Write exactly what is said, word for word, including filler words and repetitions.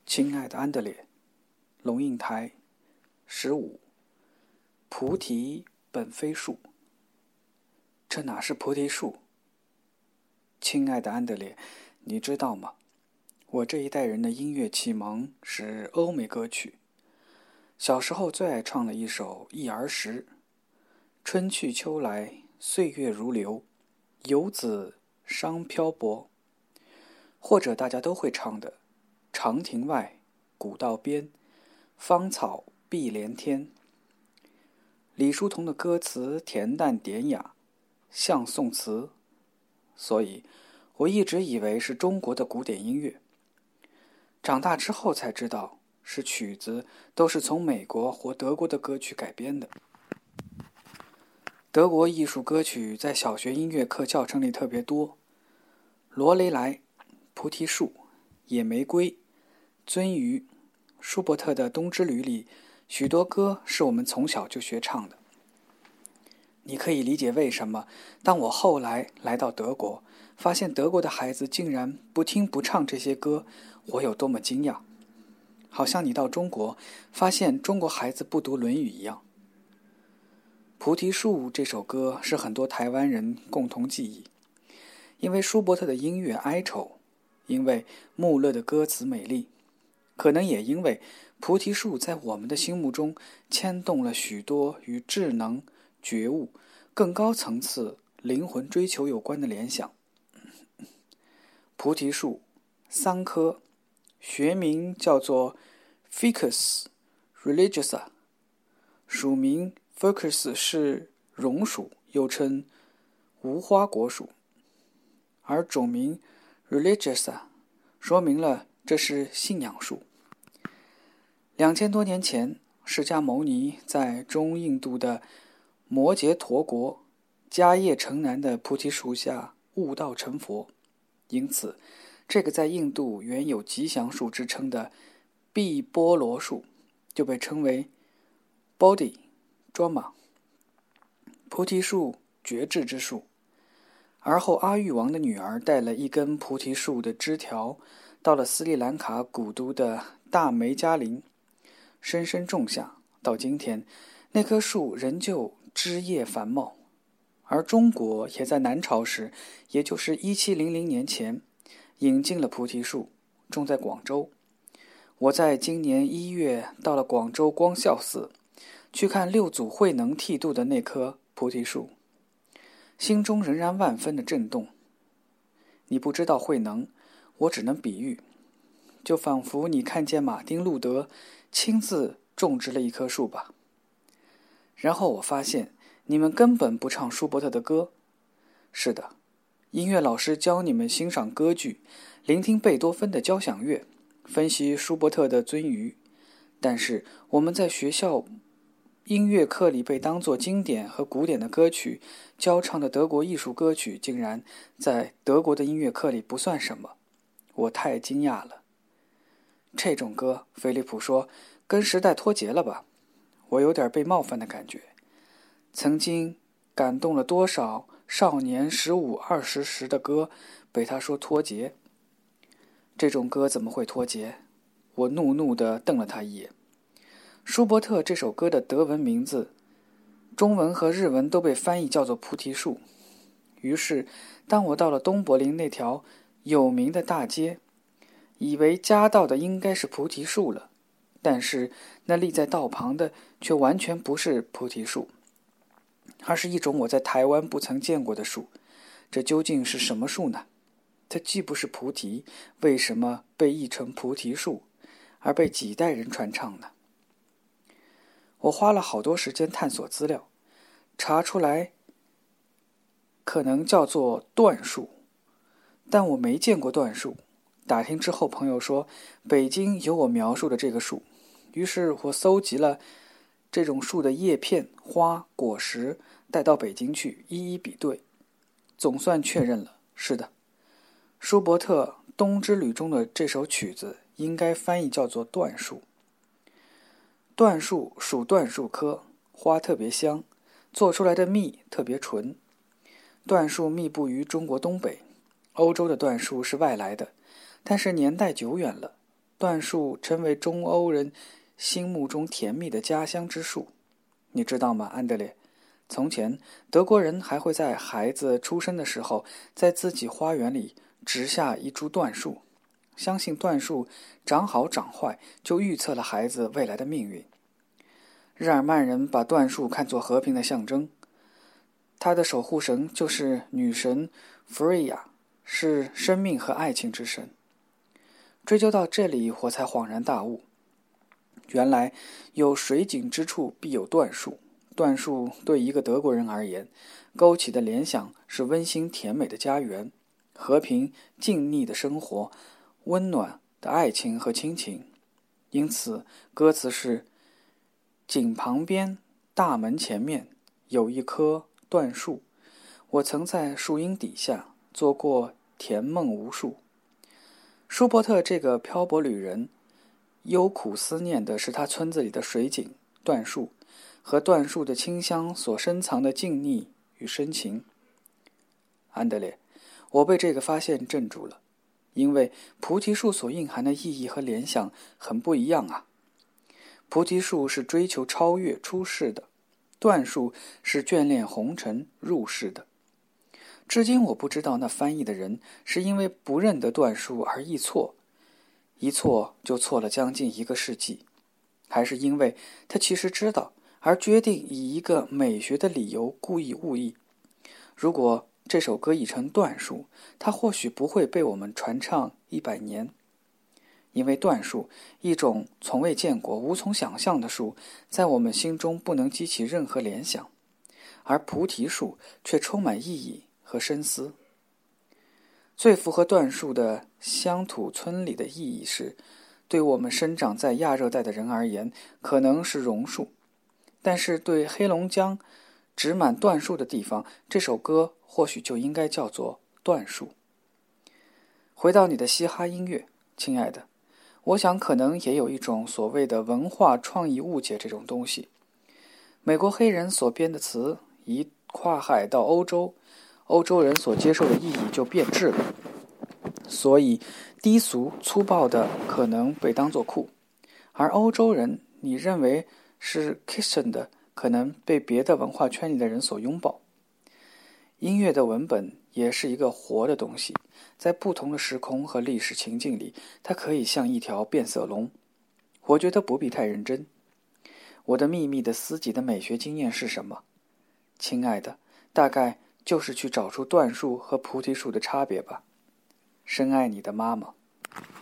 亲爱的安德烈，龙应台，十五。菩提本非树。这哪是菩提树？亲爱的安德烈，你知道吗？我这一代人的音乐启蒙是欧美歌曲。小时候最爱唱了一首《忆儿时》，春去秋来，岁月如流，游子伤漂泊。或者大家都会唱的长亭外，古道边，芳草碧连天。李叔同的歌词恬淡典雅，像宋词，所以我一直以为是中国的古典音乐。长大之后才知道，是曲子都是从美国或德国的歌曲改编的。德国艺术歌曲在小学音乐课教程里特别多，罗雷莱、菩提树、野玫瑰、鳟鱼、舒伯特的《冬之旅》里，许多歌是我们从小就学唱的。你可以理解为什么当我后来来到德国，发现德国的孩子竟然不听不唱这些歌，我有多么惊讶。好像你到中国发现中国孩子不读《论语》一样。菩提树这首歌是很多台湾人共同记忆，因为舒伯特的音乐哀愁，因为穆勒的歌词美丽，可能也因为菩提树在我们的心目中牵动了许多与智能、觉悟、更高层次灵魂追求有关的联想。菩提树，桑科，学名叫做 Ficus religiosa， 属名 Ficus 是榕属，又称无花果属，而种名 religiosa 说明了这是信仰树。两千多年前，释迦牟尼在中印度的摩羯陀国迦叶城南的菩提树下悟道成佛，因此这个在印度原有吉祥树之称的毕波罗树就被称为 Bodhi Drama， 菩提树，觉智之树。而后阿育王的女儿带了一根菩提树的枝条到了斯里兰卡古都的大梅加林，深深种下，到今天那棵树仍旧枝叶繁茂。而中国也在南朝时，也就是一七零零年前引进了菩提树，种在广州。我在今年一月到了广州光孝寺，去看六祖慧能剃度的那棵菩提树，心中仍然万分的震动。你不知道慧能，我只能比喻，就仿佛你看见马丁路德亲自种植了一棵树吧。然后我发现你们根本不唱舒伯特的歌。是的，音乐老师教你们欣赏歌剧，聆听贝多芬的交响乐，分析舒伯特的鳟鱼，但是我们在学校音乐课里被当作经典和古典的歌曲教唱的德国艺术歌曲，竟然在德国的音乐课里不算什么，我太惊讶了。这种歌，菲利普说，跟时代脱节了吧？我有点被冒犯的感觉。曾经感动了多少少年十五二十时的歌，被他说脱节。这种歌怎么会脱节？我怒怒地瞪了他一眼。舒伯特这首歌的德文名字，中文和日文都被翻译叫做菩提树。于是当我到了东柏林那条有名的大街，以为夹道的应该是菩提树了，但是那立在道旁的却完全不是菩提树，而是一种我在台湾不曾见过的树。这究竟是什么树呢？它既不是菩提，为什么被译成菩提树，而被几代人传唱呢？我花了好多时间探索资料，查出来可能叫做椴树，但我没见过椴树。打听之后，朋友说北京有我描述的这个树，于是我搜集了这种树的叶片、花、果实，带到北京去一一比对，总算确认了，是的，舒伯特《冬之旅》中的这首曲子应该翻译叫做椴树。椴树属椴树科，花特别香，做出来的蜜特别纯。椴树密布于中国东北，欧洲的椴树是外来的，但是年代久远了， 椴树成为中欧人心目中甜蜜的家乡之树。你知道吗，安德烈？从前，德国人还会在孩子出生的时候，在自己花园里植下一株椴树，相信椴树长好长坏就预测了孩子未来的命运。日耳曼人把椴树看作和平的象征，它的守护神就是女神弗瑞亚，是生命和爱情之神。追究到这里，我才恍然大悟，原来有水井之处必有椴树。椴树对一个德国人而言，勾起的联想是温馨甜美的家园，和平静谧的生活，温暖的爱情和亲情。因此歌词是：井旁边大门前面有一棵椴树，我曾在树荫底下做过甜梦无数。舒伯特这个漂泊旅人忧苦思念的是他村子里的水井椴树和椴树的清香所深藏的静谧与深情。安德烈，我被这个发现镇住了，因为菩提树所蕴含的意义和联想很不一样啊。菩提树是追求超越出世的，椴树是眷恋红尘入世的。至今我不知道那翻译的人是因为不认得椴树而译错，一错就错了将近一个世纪，还是因为他其实知道而决定以一个美学的理由故意误译。如果这首歌译成椴树，它或许不会被我们传唱一百年。因为椴树，一种从未见过、无从想象的树，在我们心中不能激起任何联想，而菩提树却充满意义和深思。最符合椴树的乡土村里的意义是，对我们生长在亚热带的人而言，可能是榕树，但是对黑龙江植满椴树的地方，这首歌或许就应该叫做椴树。回到你的嘻哈音乐，亲爱的，我想可能也有一种所谓的文化创意误解这种东西。美国黑人所编的词一跨海到欧洲，欧洲人所接受的意义就变质了，所以低俗粗暴的可能被当作酷，而欧洲人你认为是 Christian 的，可能被别的文化圈里的人所拥抱。音乐的文本也是一个活的东西，在不同的时空和历史情境里，它可以像一条变色龙。我觉得不必太认真。我的秘密的私级的美学经验是什么？亲爱的，大概就是去找出椴树和菩提树的差别吧。深爱你的妈妈。